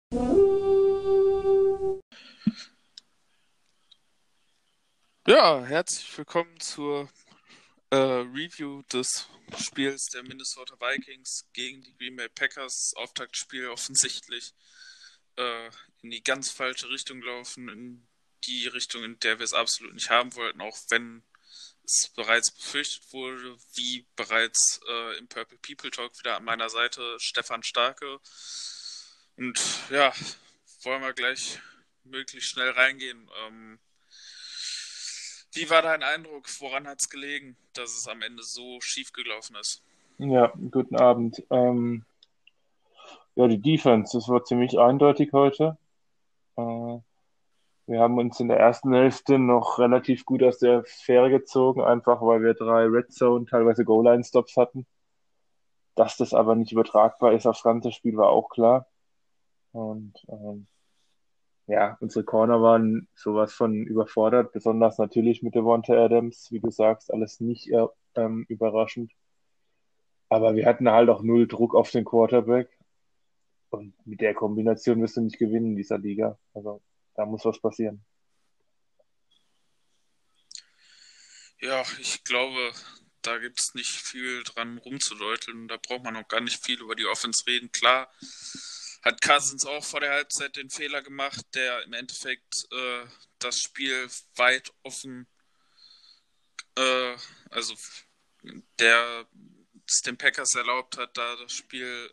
Ja, herzlich willkommen zur Review des Spiels der Minnesota Vikings gegen die Green Bay Packers. Auftaktspiel offensichtlich in die ganz falsche Richtung gelaufen, in die Richtung, in der wir es absolut nicht haben wollten, auch wenn es bereits befürchtet wurde, wie bereits im Purple People Talk wieder an meiner Seite Stefan Starke. Und ja, wollen wir gleich möglichst schnell reingehen. Wie war dein Eindruck? Woran hat es gelegen, dass es am Ende so schief gelaufen ist? Ja, guten Abend. Ja, die Defense, das war ziemlich eindeutig heute. Äh, Wir haben uns in der ersten Hälfte noch relativ gut aus der Fähre gezogen, einfach weil wir drei Red Zone, teilweise Goal-Line-Stops hatten. Dass das aber nicht übertragbar ist aufs ganze Spiel, war auch klar. Und ja, unsere Corner waren sowas von überfordert, besonders natürlich mit Devonta Adams, wie du sagst, alles nicht überraschend. Aber wir hatten halt auch null Druck auf den Quarterback. Und mit der Kombination wirst du nicht gewinnen in dieser Liga. Also da muss was passieren. Ja, ich glaube, da gibt es nicht viel dran rumzudeuteln. Da braucht man auch gar nicht viel über die Offense reden. Klar, hat Cousins auch vor der Halbzeit den Fehler gemacht, der im Endeffekt das Spiel weit offen, also der es den Packers erlaubt hat, da das Spiel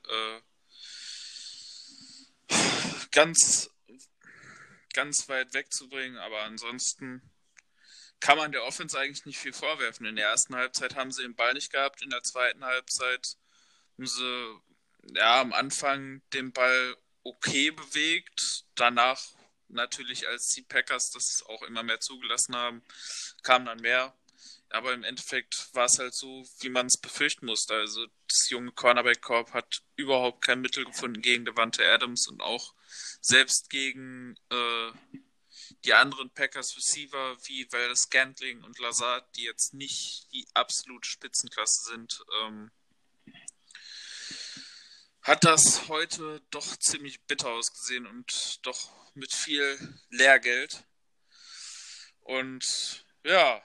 ganz, ganz weit wegzubringen. Aber ansonsten kann man der Offense eigentlich nicht viel vorwerfen. In der ersten Halbzeit haben sie den Ball nicht gehabt, in der zweiten Halbzeit haben sie ja am Anfang den Ball okay bewegt, danach natürlich, als die Packers das auch immer mehr zugelassen haben, kam dann mehr. Aber im Endeffekt war es halt so, wie man es befürchten musste. Also das junge Cornerback-Korps hat überhaupt kein Mittel gefunden gegen Devonta Adams und auch selbst gegen die anderen Packers Receiver wie Valdez Scantling und Lazard, die jetzt nicht die absolute Spitzenklasse sind, hat das heute doch ziemlich bitter ausgesehen und doch mit viel Lehrgeld. Und ja,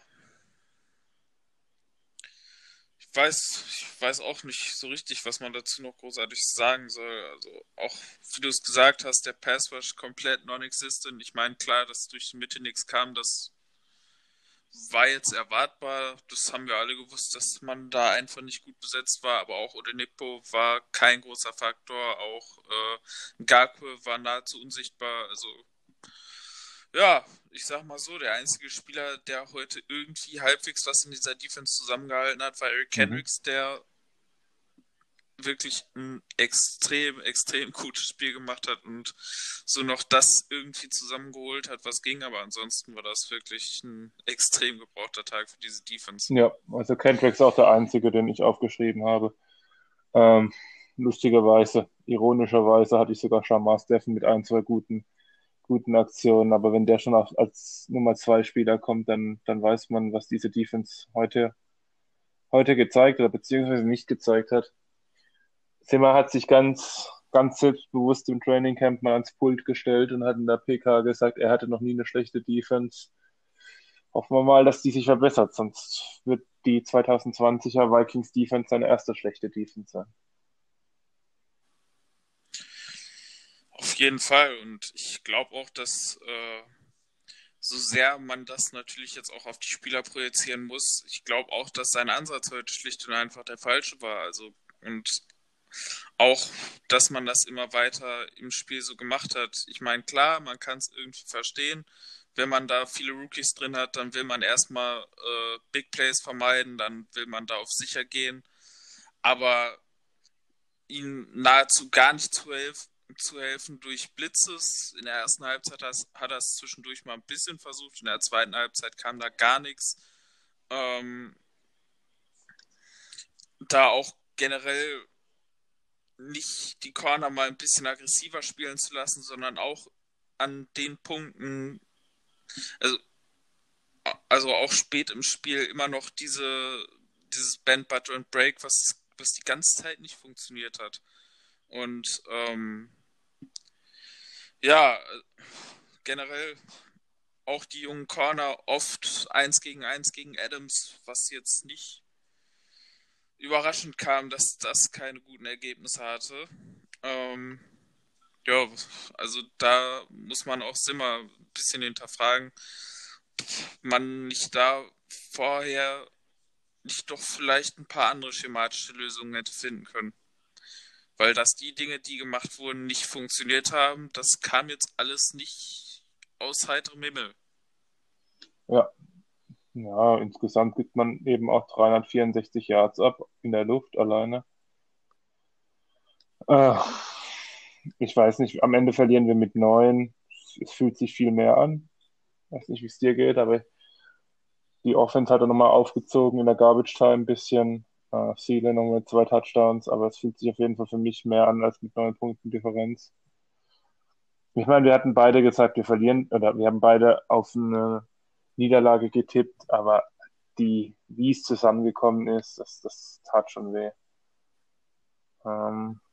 ich weiß auch nicht so richtig, was man dazu noch großartig sagen soll. Also auch, wie du es gesagt hast, der Pass Rush komplett non-existent. Ich meine, klar, dass durch die Mitte nichts kam, das war jetzt erwartbar. Das haben wir alle gewusst, dass man da einfach nicht gut besetzt war. Aber auch Odenippo war kein großer Faktor. Auch Ngakwe war nahezu unsichtbar. Also ja, ich sag mal so, der einzige Spieler, der heute irgendwie halbwegs was in dieser Defense zusammengehalten hat, war Eric Mhm. Kendricks, der wirklich ein extrem, extrem gutes Spiel gemacht hat und so noch das irgendwie zusammengeholt hat, was ging. Aber ansonsten war das wirklich ein extrem gebrauchter Tag für diese Defense. Ja, also Kendrick ist auch der einzige, den ich aufgeschrieben habe. Ähm, Lustigerweise, ironischerweise hatte ich sogar Shamar Steffen mit ein, zwei guten Aktionen. Aber wenn der schon als Nummer zwei Spieler kommt, dann weiß man, was diese Defense heute gezeigt oder beziehungsweise nicht gezeigt hat. Zimmer hat sich ganz selbstbewusst im Training Camp mal ans Pult gestellt und hat in der PK gesagt, er hatte noch nie eine schlechte Defense. Hoffen wir mal, dass die sich verbessert, sonst wird die 2020er Vikings Defense seine erste schlechte Defense sein. Auf jeden Fall. Und ich glaube auch, dass so sehr man das natürlich jetzt auch auf die Spieler projizieren muss, ich glaube auch, dass sein Ansatz heute schlicht und einfach der falsche war. Also und auch, dass man das immer weiter im Spiel so gemacht hat. Ich meine, klar, man kann es irgendwie verstehen. Wenn man da viele Rookies drin hat, dann will man erstmal Big Plays vermeiden, dann will man da auf sicher gehen. Aber ihnen nahezu gar nicht zu helfen durch Blitzes. In der ersten Halbzeit hat er es zwischendurch mal ein bisschen versucht. In der zweiten Halbzeit kam da gar nichts. Ähm, Da auch generell nicht die Corner mal ein bisschen aggressiver spielen zu lassen, sondern auch an den Punkten, also, also auch spät im Spiel immer noch dieses Bend, Butter and Break, was die ganze Zeit nicht funktioniert hat. Und Ja, generell auch die jungen Corner oft 1 gegen Adams, was jetzt nicht überraschend kam, dass das keine guten Ergebnisse hatte. Ähm, ja, also da muss man auch Zimmer ein bisschen hinterfragen, man nicht da vorher nicht doch vielleicht ein paar andere schematische Lösungen hätte finden können. Weil dass die Dinge, die gemacht wurden, nicht funktioniert haben, das kam jetzt alles nicht aus heiterem Himmel. Ja, ja, insgesamt gibt man eben auch 364 Yards ab in der Luft alleine. Äh, Ich weiß nicht, am Ende verlieren wir mit 9. Es fühlt sich viel mehr an. Weiß nicht, wie es dir geht, aber die Offense hat er nochmal aufgezogen in der Garbage Time ein bisschen. Thielen noch mit 2 Touchdowns, aber es fühlt sich auf jeden Fall für mich mehr an als mit 9 Punkten Differenz. Ich meine, wir hatten beide gesagt, wir verlieren, oder wir haben beide auf eine Niederlage getippt, aber wie es zusammengekommen ist, das tat schon weh. Ähm,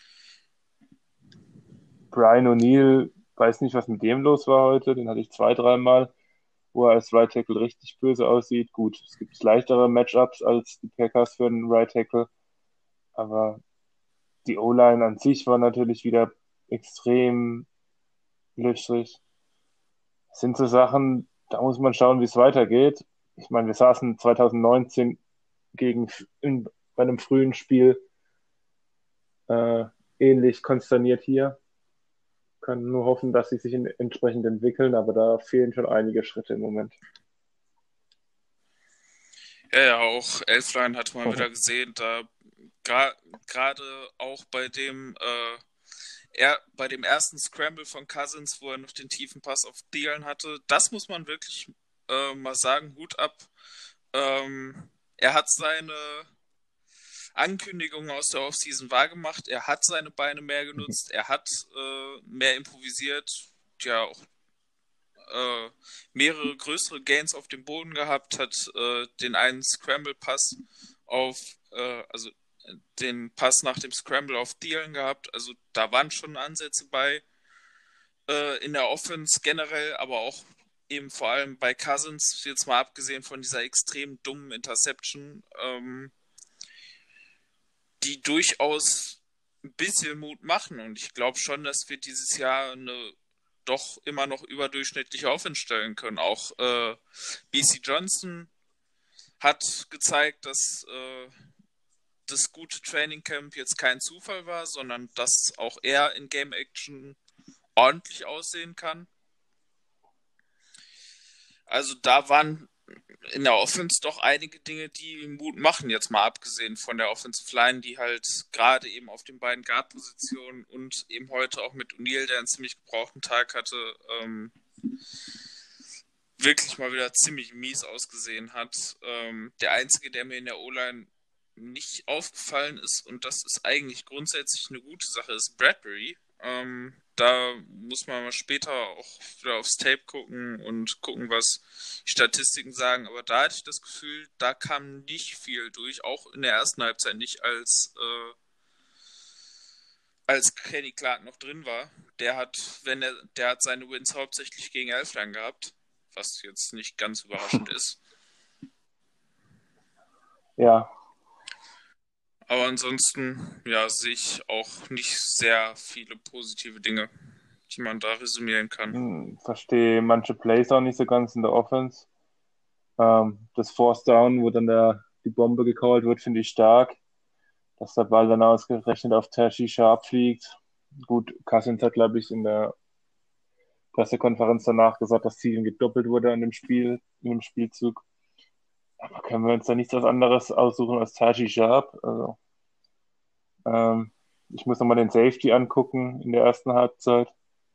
Brian O'Neill, weiß nicht, was mit dem los war heute, den hatte ich 2, 3 Mal, wo er als Right Tackle richtig böse aussieht. Gut, es gibt leichtere Matchups als die Packers für einen Right Tackle, aber die O-Line an sich war natürlich wieder extrem löchrig. Das sind so Sachen, da muss man schauen, wie es weitergeht. Ich meine, wir saßen 2019 bei einem frühen Spiel äh, ähnlich konsterniert hier. Können nur hoffen, dass sie sich entsprechend entwickeln, aber da fehlen schon einige Schritte im Moment. Ja, ja, auch Elflein hat man wieder gesehen, da gerade auch bei dem ersten Scramble von Cousins, wo er noch den tiefen Pass auf Thielen hatte, das muss man wirklich mal sagen, Hut ab. Er hat seine Ankündigungen aus der Offseason wahrgemacht, er hat seine Beine mehr genutzt, er hat mehr improvisiert, ja auch mehrere größere Gains auf dem Boden gehabt, hat den einen Scramble-Pass also den Pass nach dem Scramble auf Thielen gehabt. Also da waren schon Ansätze bei in der Offense generell, aber auch eben vor allem bei Cousins, jetzt mal abgesehen von dieser extrem dummen Interception, die durchaus ein bisschen Mut machen. Und ich glaube schon, dass wir dieses Jahr eine doch immer noch überdurchschnittliche Offense stellen können. Auch BC Johnson hat gezeigt, dass das gute Training Camp jetzt kein Zufall war, sondern dass auch er in Game Action ordentlich aussehen kann. Also da waren in der Offense doch einige Dinge, die Mut machen, jetzt mal abgesehen von der Offensive Line, die halt gerade eben auf den beiden Guard-Positionen und eben heute auch mit O'Neal, der einen ziemlich gebrauchten Tag hatte, wirklich mal wieder ziemlich mies ausgesehen hat. Der einzige, der mir in der O-Line nicht aufgefallen ist, und das ist eigentlich grundsätzlich eine gute Sache, ist Bradbury. Da muss man mal später auch wieder aufs Tape gucken und gucken, was die Statistiken sagen. Aber da hatte ich das Gefühl, da kam nicht viel durch, auch in der ersten Halbzeit nicht, als Kenny Clark noch drin war. Der hat seine Wins hauptsächlich gegen Elflein gehabt, was jetzt nicht ganz überraschend ist. Ja, Aber ansonsten, ja, sehe ich auch nicht sehr viele positive Dinge, die man da resümieren kann. verstehe manche Plays auch nicht so ganz in der Offense. Das Fourth Down, wo dann die Bombe gecallt wird, finde ich stark. Dass der Ball dann ausgerechnet auf Tashi Sharp fliegt. Gut, Cousins hat, glaube ich, in der Pressekonferenz danach gesagt, dass Thielen gedoppelt wurde in dem Spielzug. Aber können wir uns da nichts was anderes aussuchen als Tashi Sharp? Also, ähm, ich muss nochmal den Safety angucken in der ersten Halbzeit.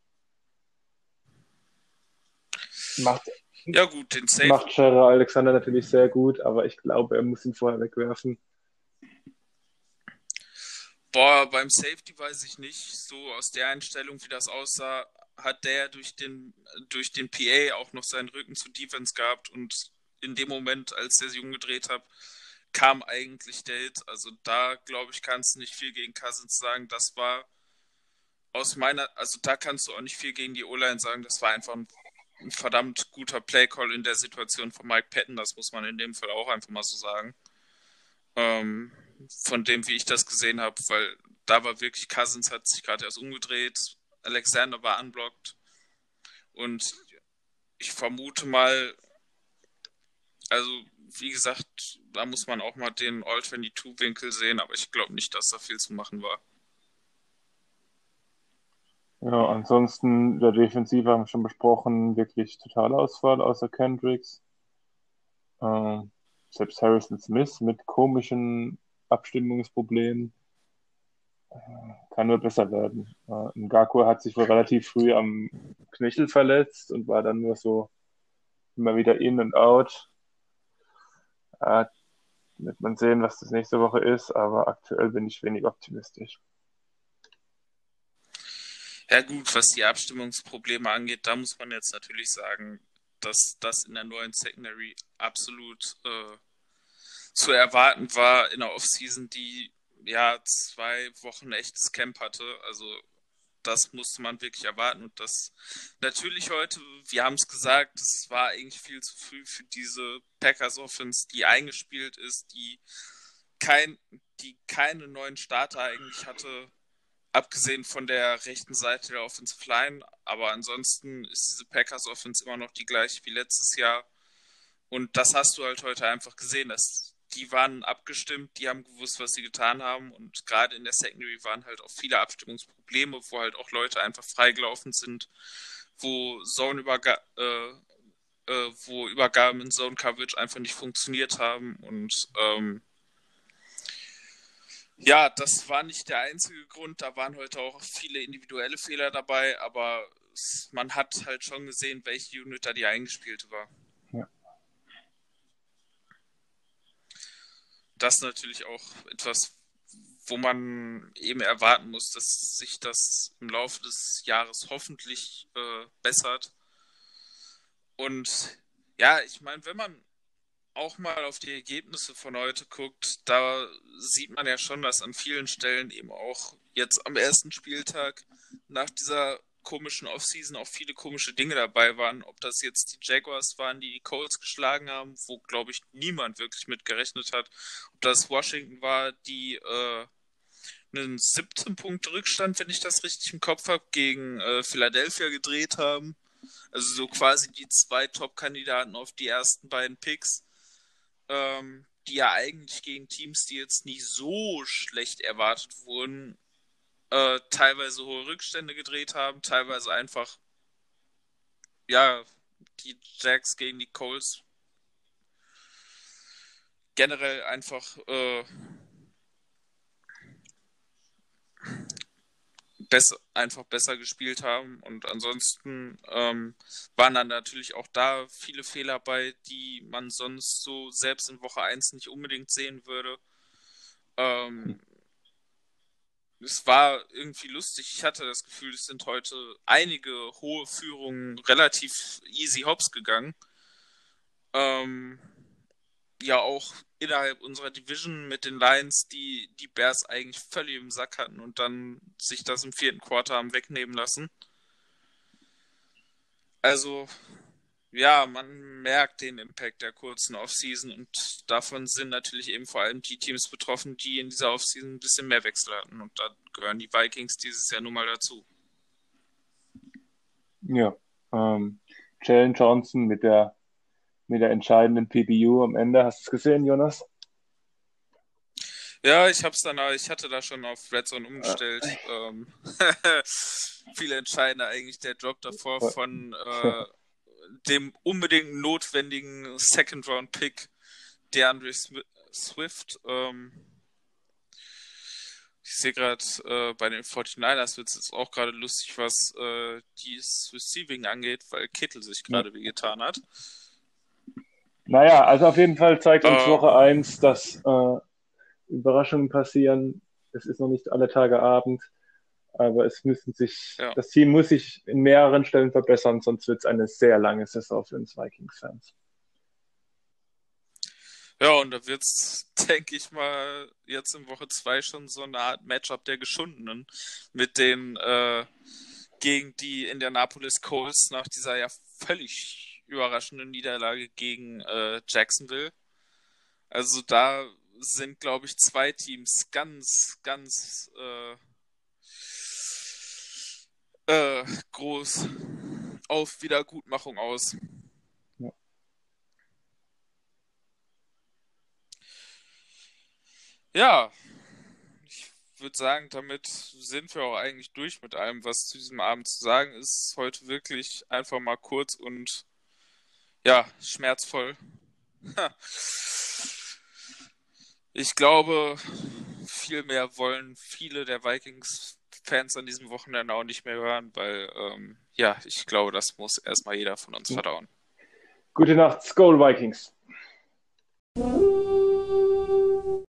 Macht, Ja gut, den Safe. macht Scherer Alexander natürlich sehr gut, aber ich glaube, er muss ihn vorher wegwerfen. Boah, beim Safety weiß ich nicht. So aus der Einstellung, wie das aussah, hat der durch den PA auch noch seinen Rücken zur Defense gehabt und in dem Moment, als der sich umgedreht hat, kam eigentlich der Hit. Also da, glaube ich, kannst du nicht viel gegen Cousins sagen. Das war also da kannst du auch nicht viel gegen die O-Line sagen. Das war einfach ein verdammt guter Play-Call in der Situation von Mike Patton. Das muss man in dem Fall auch einfach mal so sagen. Von dem, wie ich das gesehen habe, weil da war wirklich, Cousins hat sich gerade erst umgedreht, Alexander war unblocked und ich vermute mal, also wie gesagt, da muss man auch mal den All-22-Winkel sehen, aber ich glaube nicht, dass da viel zu machen war. Ja, ansonsten, der Defensive haben wir schon besprochen, wirklich Totalausfall außer Kendricks. Selbst Harrison Smith mit komischen Abstimmungsproblemen kann nur besser werden. Ngakoue hat sich wohl relativ früh am Knöchel verletzt und war dann nur so immer wieder in und out. Wird man sehen, was das nächste Woche ist, aber aktuell bin ich wenig optimistisch. Ja gut, was die Abstimmungsprobleme angeht, da muss man jetzt natürlich sagen, dass das in der neuen Secondary absolut zu erwarten war in der Offseason, die ja 2 Wochen echtes Camp hatte. Also das musste man wirklich erwarten. Und das natürlich heute, wir haben es gesagt, es war eigentlich viel zu früh für diese Packers Offense, die eingespielt ist, die keine neuen Starter eigentlich hatte, abgesehen von der rechten Seite der Offensive Line. Aber ansonsten ist diese Packers Offense immer noch die gleiche wie letztes Jahr. Und das hast du halt heute einfach gesehen, dass die waren abgestimmt, die haben gewusst, was sie getan haben. Und gerade in der Secondary waren halt auch viele Abstimmungsprobleme, wo halt auch Leute einfach freigelaufen sind, wo wo Übergaben in Zone Coverage einfach nicht funktioniert haben. Und ja, das war nicht der einzige Grund. Da waren heute auch viele individuelle Fehler dabei, aber man hat halt schon gesehen, welche Unit da die eingespielte war. Ja. Das ist natürlich auch etwas, wo man eben erwarten muss, dass sich das im Laufe des Jahres hoffentlich bessert. Und ja, ich meine, wenn man auch mal auf die Ergebnisse von heute guckt, da sieht man ja schon, dass an vielen Stellen eben auch jetzt am ersten Spieltag nach dieser komischen Offseason auch viele komische Dinge dabei waren. Ob das jetzt die Jaguars waren, die Colts geschlagen haben, wo, glaube ich, niemand wirklich mit gerechnet hat. Ob das Washington war, die einen 17 Punkt Rückstand, wenn ich das richtig im Kopf habe, gegen Philadelphia gedreht haben. Also so quasi die 2 Top-Kandidaten auf die ersten beiden Picks, die ja eigentlich gegen Teams, die jetzt nicht so schlecht erwartet wurden, teilweise hohe Rückstände gedreht haben, teilweise einfach, ja, die Jacks gegen die Colts generell einfach besser gespielt haben. Und ansonsten waren dann natürlich auch da viele Fehler bei, die man sonst so selbst in Woche 1 nicht unbedingt sehen würde. Es war irgendwie lustig. Ich hatte das Gefühl, es sind heute einige hohe Führungen relativ easy hops gegangen. Ja, auch innerhalb unserer Division mit den Lions, die Bears eigentlich völlig im Sack hatten und dann sich das im 4. Quarter haben wegnehmen lassen. Also, ja, man merkt den Impact der kurzen Offseason und davon sind natürlich eben vor allem die Teams betroffen, die in dieser Offseason ein bisschen mehr Wechsel hatten. Und da gehören die Vikings dieses Jahr nun mal dazu. Ja, Jalen Johnson mit der entscheidenden PBU am Ende. Hast du es gesehen, Jonas? Ja, ich hatte da schon auf Red Zone umgestellt. Viel entscheidender eigentlich der Drop davor von dem unbedingt notwendigen Second-Round-Pick DeAndre Swift. Ich sehe gerade, bei den 49ers wird es jetzt auch gerade lustig, was dieses Receiving angeht, weil Kittel sich gerade wehgetan hat. Naja, also auf jeden Fall zeigt uns Woche 1, dass Überraschungen passieren. Es ist noch nicht alle Tage Abend, aber das Team muss sich in mehreren Stellen verbessern, sonst wird es eine sehr lange Saison für uns Vikings-Fans. Ja, und da wird's, denke ich mal, jetzt in Woche 2 schon so eine Art Matchup der Geschundenen mit den gegen die Indianapolis Colts nach dieser ja völlig überraschenden Niederlage gegen Jacksonville. Also da sind, glaube ich, zwei Teams ganz groß auf Wiedergutmachung aus. Ja. Ja, ich würde sagen, damit sind wir auch eigentlich durch mit allem, was zu diesem Abend zu sagen ist. Heute wirklich einfach mal kurz und ja, schmerzvoll. Ich glaube, viel mehr wollen viele der Vikings-Fans an diesem Wochenende auch nicht mehr hören, weil ja, ich glaube, das muss erstmal jeder von uns verdauen. Gute Nacht, Skol Vikings.